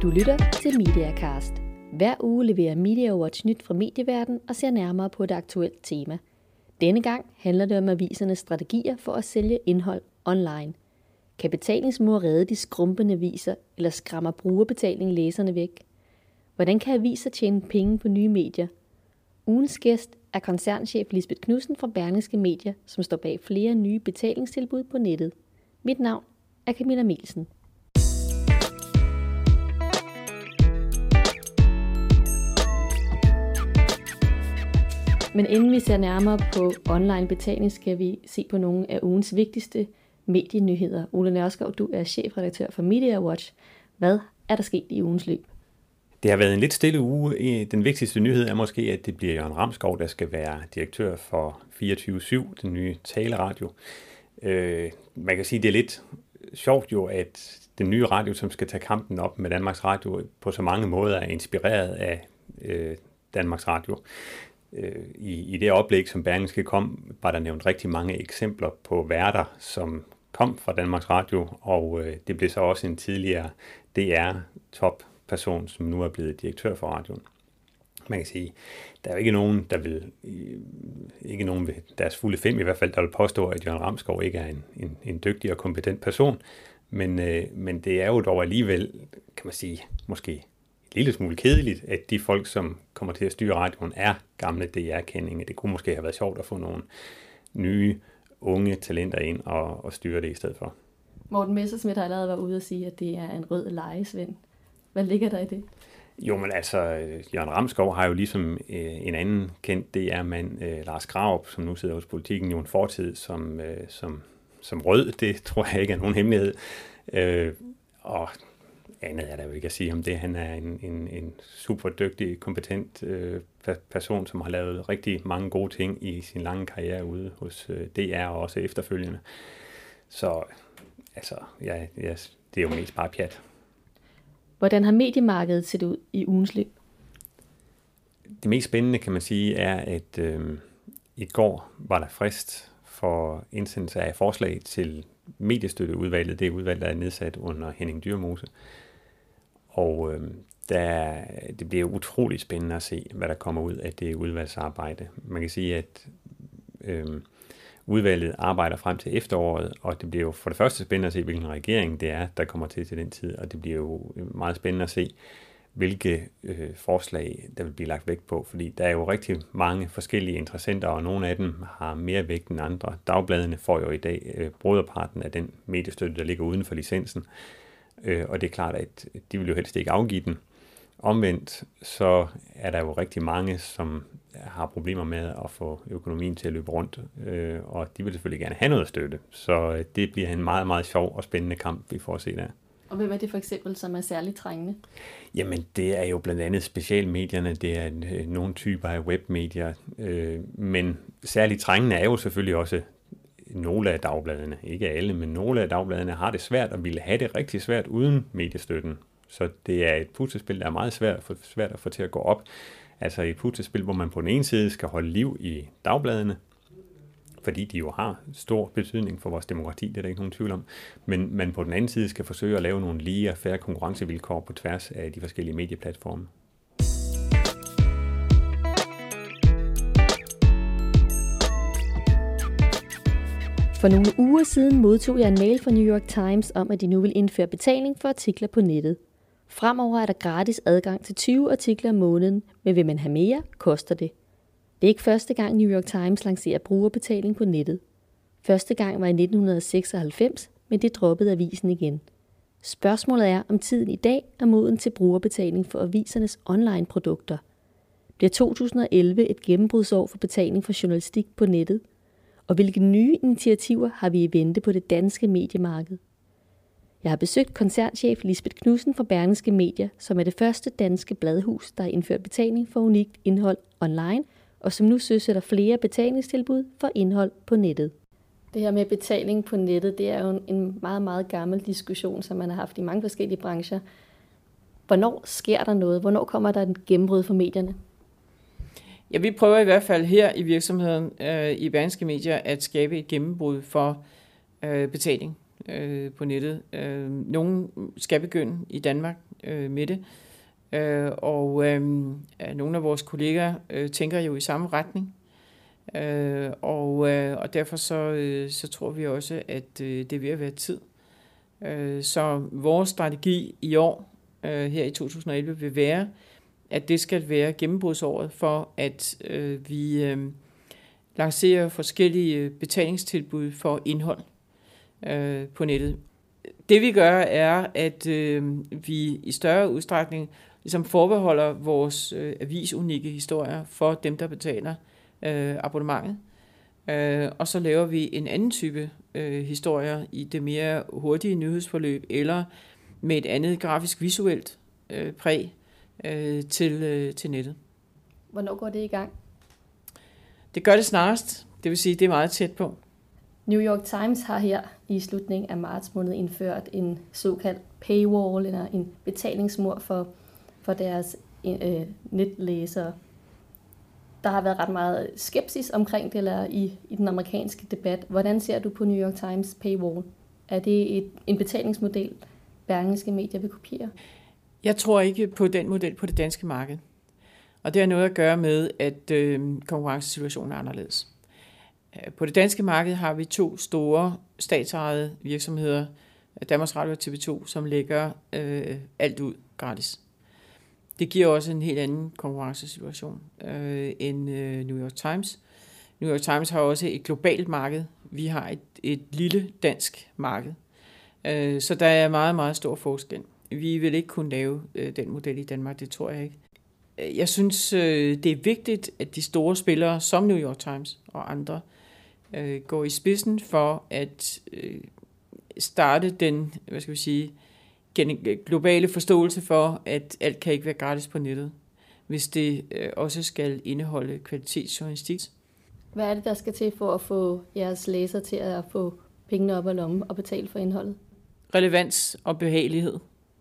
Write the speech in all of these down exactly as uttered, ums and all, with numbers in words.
Du lytter til Mediacast. Hver uge leverer MediaWatch nyt fra medieverdenen og ser nærmere på et aktuelt tema. Denne gang handler det om avisernes strategier for at sælge indhold online. Kan betalingsmur redde de skrumpende aviser, eller skræmmer brugerbetaling læserne væk? Hvordan kan aviser tjene penge på nye medier? Ugens gæst er koncernchef Lisbeth Knudsen fra Berlingske Media, som står bag flere nye betalingstilbud på nettet. Mit navn er Camilla Mielsen. Men inden vi ser nærmere på online betaling, skal vi se på nogle af ugens vigtigste medienyheder. Ole Nørskov, du er chefredaktør for MediaWatch. Hvad er der sket i ugens løb? Det har været en lidt stille uge. Den vigtigste nyhed er måske, at det bliver Jørgen Ramskov, der skal være direktør for fireogtyve syv, den nye taleradio. Øh, man kan sige, at det er lidt sjovt jo, at den nye radio, som skal tage kampen op med Danmarks Radio, på så mange måder er inspireret af øh, Danmarks Radio. I, I det oplæg, som Berlingske kom, var der nævnt rigtig mange eksempler på værter, som kom fra Danmarks Radio, og øh, det blev så også en tidligere D R-topperson, som nu er blevet direktør for radioen. Man kan sige, der er jo ikke nogen, der vil, ikke nogen ved deres fulde fem i hvert fald, der vil påstå, at Jørgen Ramskov ikke er en, en, en dygtig og kompetent person, men, øh, men det er jo dog alligevel, kan man sige, måske en lille smule kedeligt, at de folk, som kommer til at styre radioen, er gamle D R-kendinge. Det kunne måske have været sjovt at få nogle nye, unge talenter ind og, og styre det i stedet for. Morten Messerschmidt har allerede været ude og sige, at det er en rød lejesvend. Hvad ligger der i det? Jo, men altså, Jørgen Ramskov har jo ligesom øh, en anden kendt D R-mand, øh, Lars Krarup, som nu sidder hos Politikken, jo en fortid som, øh, som, som rød. Det tror jeg ikke er nogen hemmelighed. Øh, og andet er der jo ikke at sige om det. Han er en, en, en super dygtig, kompetent øh, person, som har lavet rigtig mange gode ting i sin lange karriere ude hos øh, D R og også efterfølgende. Så altså, ja, ja, det er jo mest bare pjat. Hvordan har mediemarkedet set ud i ugens løb? Det mest spændende, kan man sige, er, at øh, i går var der frist for indsendelse af forslag til mediestøtteudvalget. Det er udvalg, der er nedsat under Henning Dyrmose. Og øh, der, det bliver utroligt spændende at se, hvad der kommer ud af det udvalgsarbejde. Man kan sige, at øh, udvalget arbejder frem til efteråret, og det bliver jo for det første spændende at se, hvilken regering det er, der kommer til til den tid. Og det bliver jo meget spændende at se, hvilke øh, forslag, der vil blive lagt vægt på. Fordi der er jo rigtig mange forskellige interessenter, og nogle af dem har mere vægt end andre. Dagbladene får jo i dag øh, broderparten af den mediestøtte, der ligger uden for licensen. Øh, og det er klart, at de vil jo helst ikke afgive den. Omvendt så er der jo rigtig mange, som har problemer med at få økonomien til at løbe rundt, øh, og de vil selvfølgelig gerne have noget støtte. Så det bliver en meget, meget sjov og spændende kamp, vi får at se der. Og hvem er det for eksempel, som er særligt trængende? Jamen, det er jo blandt andet specialmedierne, det er øh, nogle typer af webmedier, øh, men særligt trængende er jo selvfølgelig også nogle af dagbladene. Ikke alle, men nogle af dagbladene har det svært og ville have det rigtig svært uden mediestøtten. Så det er et puslespil, der er meget svært at få, svært at få til at gå op. Altså et puslespil, hvor man på den ene side skal holde liv i dagbladene, fordi de jo har stor betydning for vores demokrati, det er der ikke nogen tvivl om. Men man på den anden side skal forsøge at lave nogle lige og fair konkurrencevilkår på tværs af de forskellige medieplatforme. For nogle uger siden modtog jeg en mail fra New York Times om, at de nu vil indføre betaling for artikler på nettet. Fremover er der gratis adgang til tyve artikler om måneden, men vil man have mere, koster det. Det er ikke første gang New York Times lancerer brugerbetaling på nettet. Første gang var i nitten seksoghalvfems, men det droppede avisen igen. Spørgsmålet er, om tiden i dag er moden til brugerbetaling for avisernes online-produkter. Bliver to tusind og elleve et gennembrudsår for betaling for journalistik på nettet? Og hvilke nye initiativer har vi i vente på det danske mediemarked? Jeg har besøgt koncernchef Lisbeth Knudsen fra Berlingske Media, som er det første danske bladhus, der har indført betaling for unikt indhold online, og som nu søsætter flere betalingstilbud for indhold på nettet. Det her med betaling på nettet, det er jo en meget, meget gammel diskussion, som man har haft i mange forskellige brancher. Hvornår sker der noget? Hvornår kommer der en gennembrud for medierne? Ja, vi prøver i hvert fald her i virksomheden øh, i Berlingske Media at skabe et gennembrud for øh, betaling øh, på nettet. Øh, nogen skal begynde i Danmark øh, med det, øh, og øh, nogle af vores kolleger øh, tænker jo i samme retning. Øh, og, øh, og derfor så, øh, så tror vi også, at øh, det er ved at være tid. Øh, så vores strategi i år, øh, her i to tusind og elleve, vil være, at det skal være gennembrudsåret for, at øh, vi øh, lancerer forskellige betalingstilbud for indhold øh, på nettet. Det vi gør er, at øh, vi i større udstrækning ligesom forbeholder vores øh, avisunikke historier for dem, der betaler øh, abonnementet. Øh, og så laver vi en anden type øh, historier i det mere hurtige nyhedsforløb, eller med et andet grafisk visuelt øh, præg øh, til, øh, til nettet. Hvornår går det i gang? Det gør det snarest, det vil sige, det er meget tæt på. New York Times har her i slutningen af marts måned indført en såkaldt paywall, eller en betalingsmur for, for deres øh, netlæsere. Der har været ret meget skepsis omkring det, eller i, i den amerikanske debat. Hvordan ser du på New York Times paywall? Er det et, en betalingsmodel, Berlingske medier vil kopiere? Jeg tror ikke på den model på det danske marked. Og det har noget at gøre med, at øh, konkurrencesituationen er anderledes. På det danske marked har vi to store statsejede virksomheder, Danmarks Radio og T V to, som lægger øh, alt ud gratis. Det giver også en helt anden konkurrencesituation øh, end øh, New York Times. New York Times har også et globalt marked. Vi har et, et lille dansk marked. Øh, så der er meget, meget stor forskel. Vi vil ikke kunne lave øh, den model i Danmark, det tror jeg ikke. Jeg synes, øh, det er vigtigt, at de store spillere som New York Times og andre øh, går i spidsen for at øh, starte den, hvad skal vi sige, globale forståelse for, at alt kan ikke være gratis på nettet, hvis det øh, også skal indeholde kvalitetsjournalistik. Hvad er det, der skal til for at få jeres læsere til at få pengene op af lommen og betale for indholdet? Relevans og behagelighed.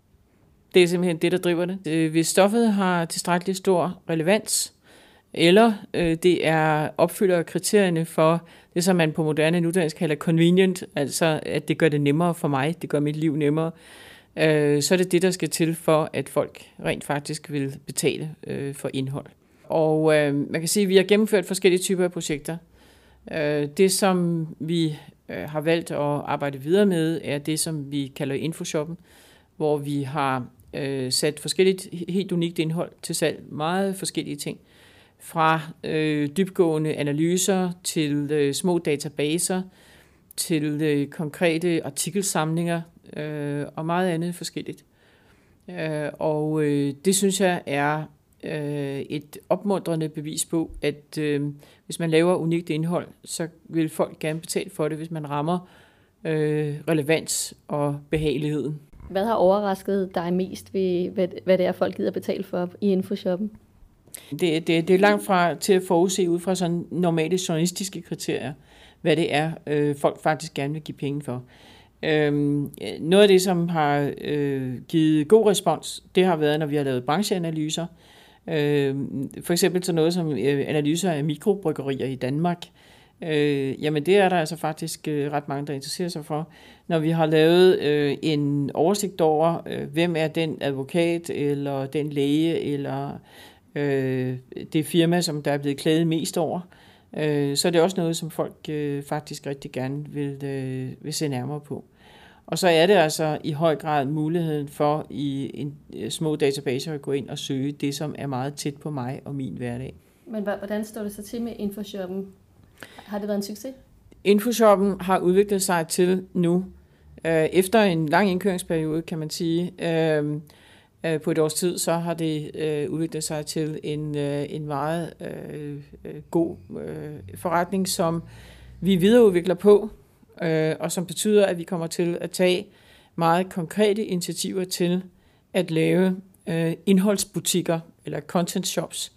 Det er simpelthen det, der driver det. Hvis stoffet har tilstrækkeligt stor relevans, eller øh, det er opfylder kriterierne for det, som man på moderne nudansk kalder convenient, altså at det gør det nemmere for mig, det gør mit liv nemmere, øh, så er det det, der skal til for, at folk rent faktisk vil betale øh, for indhold. Og øh, man kan sige, at vi har gennemført forskellige typer af projekter. Øh, det, som vi øh, har valgt at arbejde videre med, er det, som vi kalder infoshoppen, hvor vi har øh, sat forskelligt helt unikt indhold til salg, meget forskellige ting. Fra øh, dybgående analyser til øh, små databaser, til øh, konkrete artikelsamlinger øh, og meget andet forskelligt. Øh, og øh, det synes jeg er øh, et opmuntrende bevis på, at øh, hvis man laver unikt indhold, så vil folk gerne betale for det, hvis man rammer øh, relevans og behageligheden. Hvad har overrasket dig mest ved, hvad, hvad det er, folk gider betale for i infoshoppen? Det, det, det er langt fra til at forudse ud fra sådan normale journalistiske kriterier, hvad det er, øh, folk faktisk gerne vil give penge for. Øhm, noget af det, som har øh, givet god respons, det har været, når vi har lavet brancheanalyser. Øh, for eksempel så noget som øh, analyser af mikrobryggerier i Danmark. Øh, jamen det er der altså faktisk øh, ret mange, der interesserer sig for. Når vi har lavet øh, en oversigt over, øh, hvem er den advokat, eller den læge, eller øh, det firma, som der er blevet klaget mest over, øh, så er det også noget, som folk øh, faktisk rigtig gerne vil, øh, vil se nærmere på. Og så er det altså i høj grad muligheden for i en, en små databaser at gå ind og søge det, som er meget tæt på mig og min hverdag. Men hvordan står det så til med infoshoppen? Har det været en succes? Infoshoppen har udviklet sig til nu, øh, efter en lang indkøringsperiode, kan man sige, øh, øh, på et års tid, så har det øh, udviklet sig til en, øh, en meget øh, god øh, forretning, som vi videreudvikler på, øh, og som betyder, at vi kommer til at tage meget konkrete initiativer til at lave øh, indholdsbutikker, eller content shops,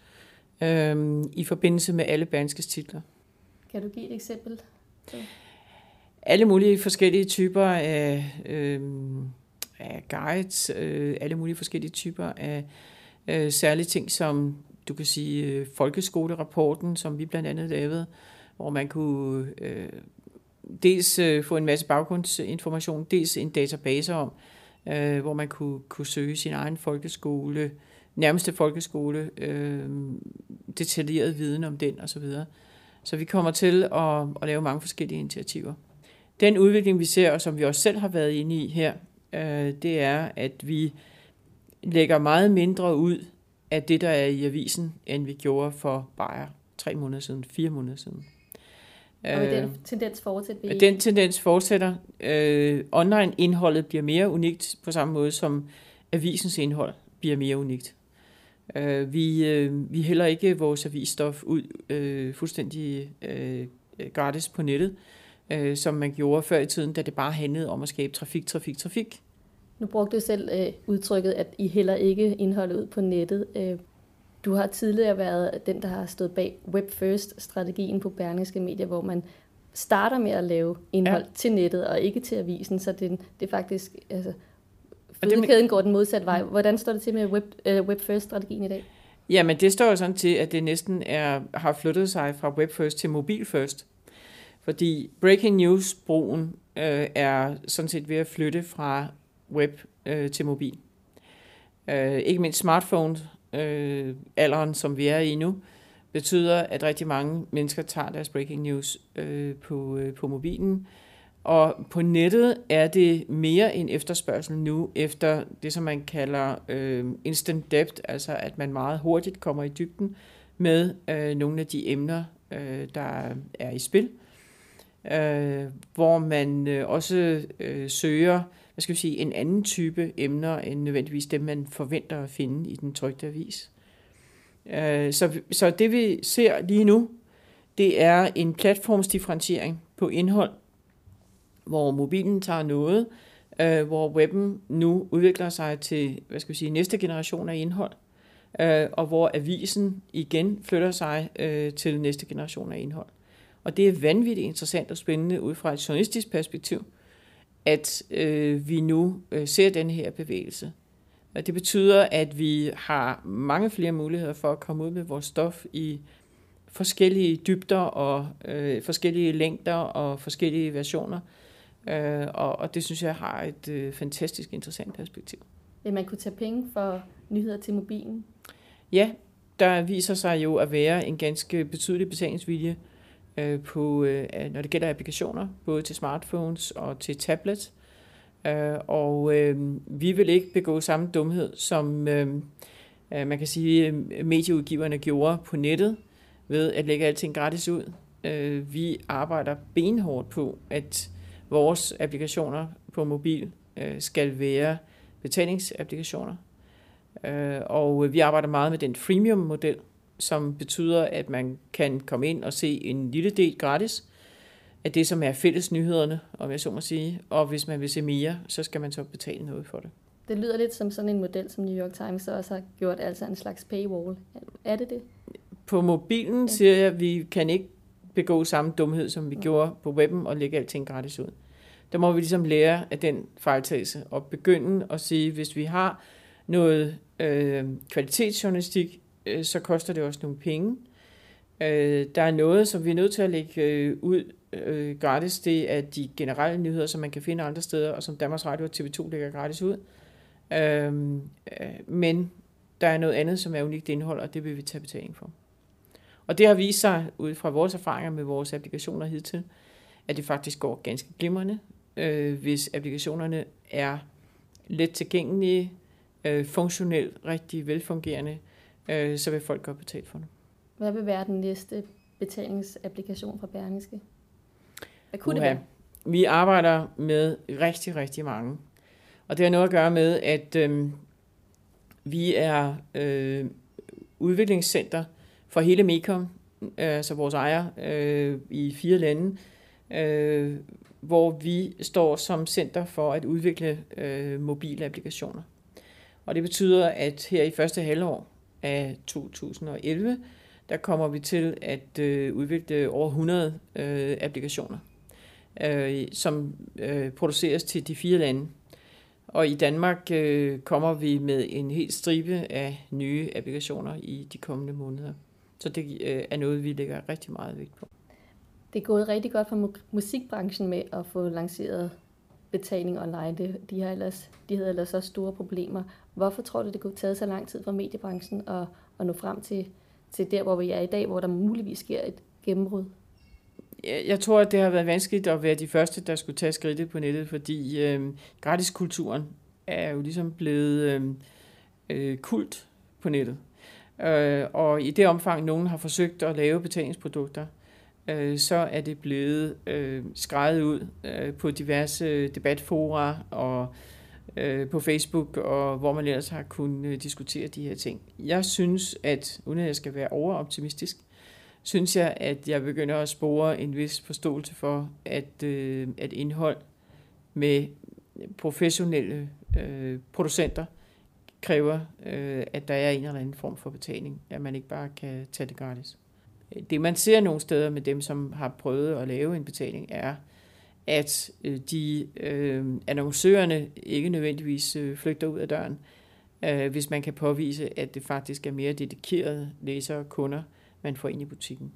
øh, i forbindelse med alle Berlingskes titler. Kan du give et eksempel? Så. Alle mulige forskellige typer af, øh, af guides, øh, alle mulige forskellige typer af øh, særlige ting, som du kan sige øh, folkeskolerapporten, som vi blandt andet lavede, hvor man kunne øh, dels øh, få en masse baggrundsinformation, dels en database om, øh, hvor man kunne, kunne søge sin egen folkeskole, nærmeste folkeskole, øh, detaljeret viden om den osv. Så vi kommer til at, at lave mange forskellige initiativer. Den udvikling, vi ser, og som vi også selv har været inde i her, øh, det er, at vi lægger meget mindre ud af det, der er i avisen, end vi gjorde for bare tre måneder siden, fire måneder siden. Og vil den tendens fortsætte? Den tendens fortsætter. Øh, online-indholdet bliver mere unikt på samme måde, som avisens indhold bliver mere unikt. Øh, vi, øh, vi hælder ikke vores avisstof ud øh, fuldstændig øh, gratis på nettet, øh, som man gjorde før i tiden, da det bare handlede om at skabe trafik, trafik, trafik. Nu brugte du selv øh, udtrykket, at I hælder ikke indholdet ud på nettet. Øh, du har tidligere været den, der har stået bag Web First-strategien på Berlingske Medier, hvor man starter med at lave indhold ja. til nettet og ikke til avisen, så det, det er faktisk... Altså, fødekæden går den modsatte vej. Hvordan står det til med Web, øh, Web First-strategien i dag? Jamen, det står jo sådan til, at det næsten er, har flyttet sig fra Web First til Mobil First. Fordi breaking news-brugen øh, er sådan set ved at flytte fra web øh, til mobil. Øh, ikke mindst smartphone, øh, alderen som vi er i nu, betyder, at rigtig mange mennesker tager deres breaking news øh, på, øh, på mobilen. Og på nettet er det mere en efterspørgsel nu efter det, som man kalder øh, instant depth, altså at man meget hurtigt kommer i dybden med øh, nogle af de emner, øh, der er i spil. Øh, hvor man øh, også øh, søger hvad skal vi sige, en anden type emner, end nødvendigvis dem, man forventer at finde i den trykte avis. Øh, så, så det vi ser lige nu, det er en platformsdifferentiering på indhold, hvor mobilen tager noget, øh, hvor webben nu udvikler sig til hvad skal vi sige, næste generation af indhold, øh, og hvor avisen igen flytter sig øh, til næste generation af indhold. Og det er vanvittigt interessant og spændende ud fra et journalistisk perspektiv, at øh, vi nu øh, ser den her bevægelse. Og det betyder, at vi har mange flere muligheder for at komme ud med vores stof i forskellige dybder og øh, forskellige længder og forskellige versioner. Øh, og, og det synes jeg har et øh, fantastisk interessant perspektiv. Vil man kunne tage penge for nyheder til mobilen? Ja, der viser sig jo at være en ganske betydelig betalingsvilje øh, på, øh, når det gælder applikationer, både til smartphones og til tablets. Øh, og øh, vi vil ikke begå samme dumhed, som øh, man kan sige, medieudgiverne gjorde på nettet, ved at lægge alting gratis ud. Øh, vi arbejder benhårdt på, at vores applikationer på mobil øh, skal være betalingsapplikationer. Øh, og vi arbejder meget med den freemium-model, som betyder, at man kan komme ind og se en lille del gratis af det, som er fælles nyhederne, om jeg så må sige. Og hvis man vil se mere, så skal man så betale noget for det. Det lyder lidt som sådan en model, som New York Times også har gjort, altså en slags paywall. Er det det? På mobilen ja. siger jeg, at vi kan ikke begå samme dumhed, som vi ja. gjorde på webben og lægge alting gratis ud. Der må vi ligesom lære af den fejltagelse og begynde at sige, hvis vi har noget øh, kvalitetsjournalistik, øh, så koster det også nogle penge. Øh, der er noget, som vi er nødt til at lægge øh, ud øh, gratis. Det er de generelle nyheder, som man kan finde andre steder, og som Danmarks Radio og T V to lægger gratis ud. Øh, øh, men der er noget andet, som er unikt indhold, og det vil vi tage betaling for. Og det har vist sig, ud fra vores erfaringer med vores applikationer hidtil, at det faktisk går ganske glimrende, øh, hvis applikationerne er let tilgængelige, øh, funktionelt rigtig velfungerende, øh, så vil folk godt betale for det. Hvad vil være den næste betalingsapplikation fra Berlingske? Hvad kunne Uha. det være? Vi arbejder med rigtig, rigtig mange. Og det har noget at gøre med, at øh, vi er øh, udviklingscenter for hele MECOM, altså vores ejer øh, i fire lande, øh, hvor vi står som center for at udvikle øh, mobile applikationer. Og det betyder, at her i første halvår af to tusind og elleve, der kommer vi til at øh, udvikle over hundrede øh, applikationer, øh, som øh, produceres til de fire lande. Og i Danmark øh, kommer vi med en helt stribe af nye applikationer i de kommende måneder. Så det øh, er noget, vi lægger rigtig meget vægt på. Det er gået rigtig godt for musikbranchen med at få lanceret betaling online. Det, de, har ellers, de havde ellers også store problemer. Hvorfor tror du, det kunne tage så lang tid for mediebranchen at, at nå frem til, til der, hvor vi er i dag, hvor der muligvis sker et gennembrud? Jeg tror, at det har været vanskeligt at være de første, der skulle tage skridtet på nettet, fordi øh, gratiskulturen er jo ligesom blevet øh, øh, kult på nettet. Øh, og i det omfang, nogen har forsøgt at lave betalingsprodukter, øh, så er det blevet øh, skrevet ud øh, på diverse debatfora og øh, på Facebook, og hvor man ellers har kunnet diskutere de her ting. Jeg synes, at uden at jeg skal være overoptimistisk, synes jeg, at jeg begynder at spore en vis forståelse for, at, øh, at indhold med professionelle øh, producenter kræver, øh, at der er en eller anden form for betaling, at man ikke bare kan tage det gratis. Det man ser nogle steder med dem, som har prøvet at lave en betaling, er, at øh, de øh, annoncørerne ikke nødvendigvis øh, flygter ud af døren, øh, hvis man kan påvise, at det faktisk er mere dedikerede læsere og kunder, man får ind i butikken.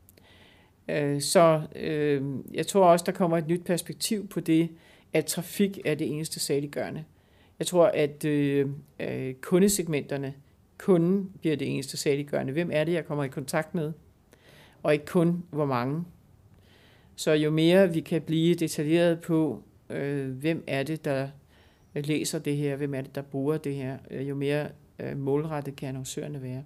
Øh, så øh, jeg tror også, der kommer et nyt perspektiv på det, at trafik er det eneste saliggørende. Jeg tror, at øh, øh, kundesegmenterne, kunden bliver det eneste saliggørende. Hvem er det, jeg kommer i kontakt med? Og ikke kun, hvor mange. Så jo mere vi kan blive detaljeret på, øh, hvem er det, der læser det her, hvem er det, der bruger det her, jo mere øh, målrettet kan annoncørerne være.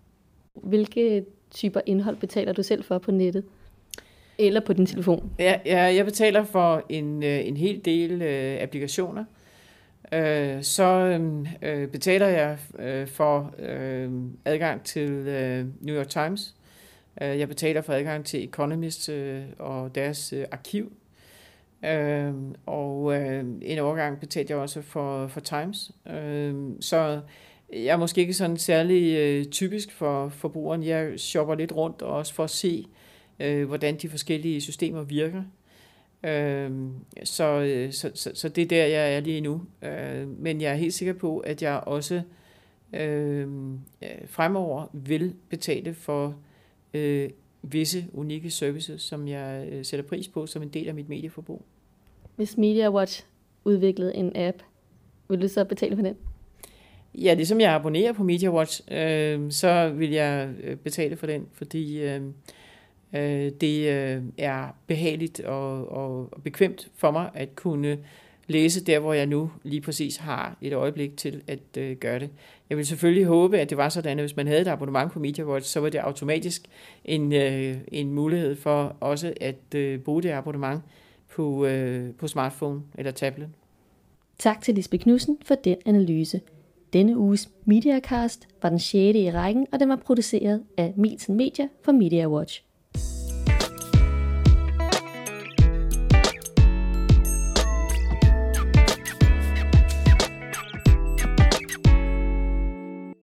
Hvilke typer indhold betaler du selv for på nettet? Eller på din telefon? Ja, ja, jeg betaler for en, en hel del øh, applikationer. Øh, så øh, betaler jeg øh, for øh, adgang til øh, New York Times. Øh, jeg betaler for adgang til Economist øh, og deres øh, arkiv. Øh, og øh, en overgang betalte jeg også for, for Times. Øh, så jeg er måske ikke sådan særlig øh, typisk for forbrugeren. Jeg shopper lidt rundt og også for at se, øh, hvordan de forskellige systemer virker. Øh, så, så, så, så det er der, jeg er lige nu. Øh, men jeg er helt sikker på, at jeg også øh, fremover vil betale for øh, visse unikke services, som jeg øh, sætter pris på som en del af mit medieforbrug. Hvis MediaWatch udviklede en app, vil du så betale for den? Ja, ligesom jeg abonnerer på MediaWatch, øh, så vil jeg betale for den, fordi øh, øh, det øh, er behageligt og, og, og bekvemt for mig at kunne læse der, hvor jeg nu lige præcis har et øjeblik til at øh, gøre det. Jeg vil selvfølgelig håbe, at det var sådan, at hvis man havde et abonnement på MediaWatch, så var det automatisk en, øh, en mulighed for også at øh, bruge det abonnement på, øh, på smartphone eller tablet. Tak til Lisbeth Knudsen for den analyse. Denne uges Mediacast var den sjette i rækken, og den var produceret af Milton Media for MediaWatch.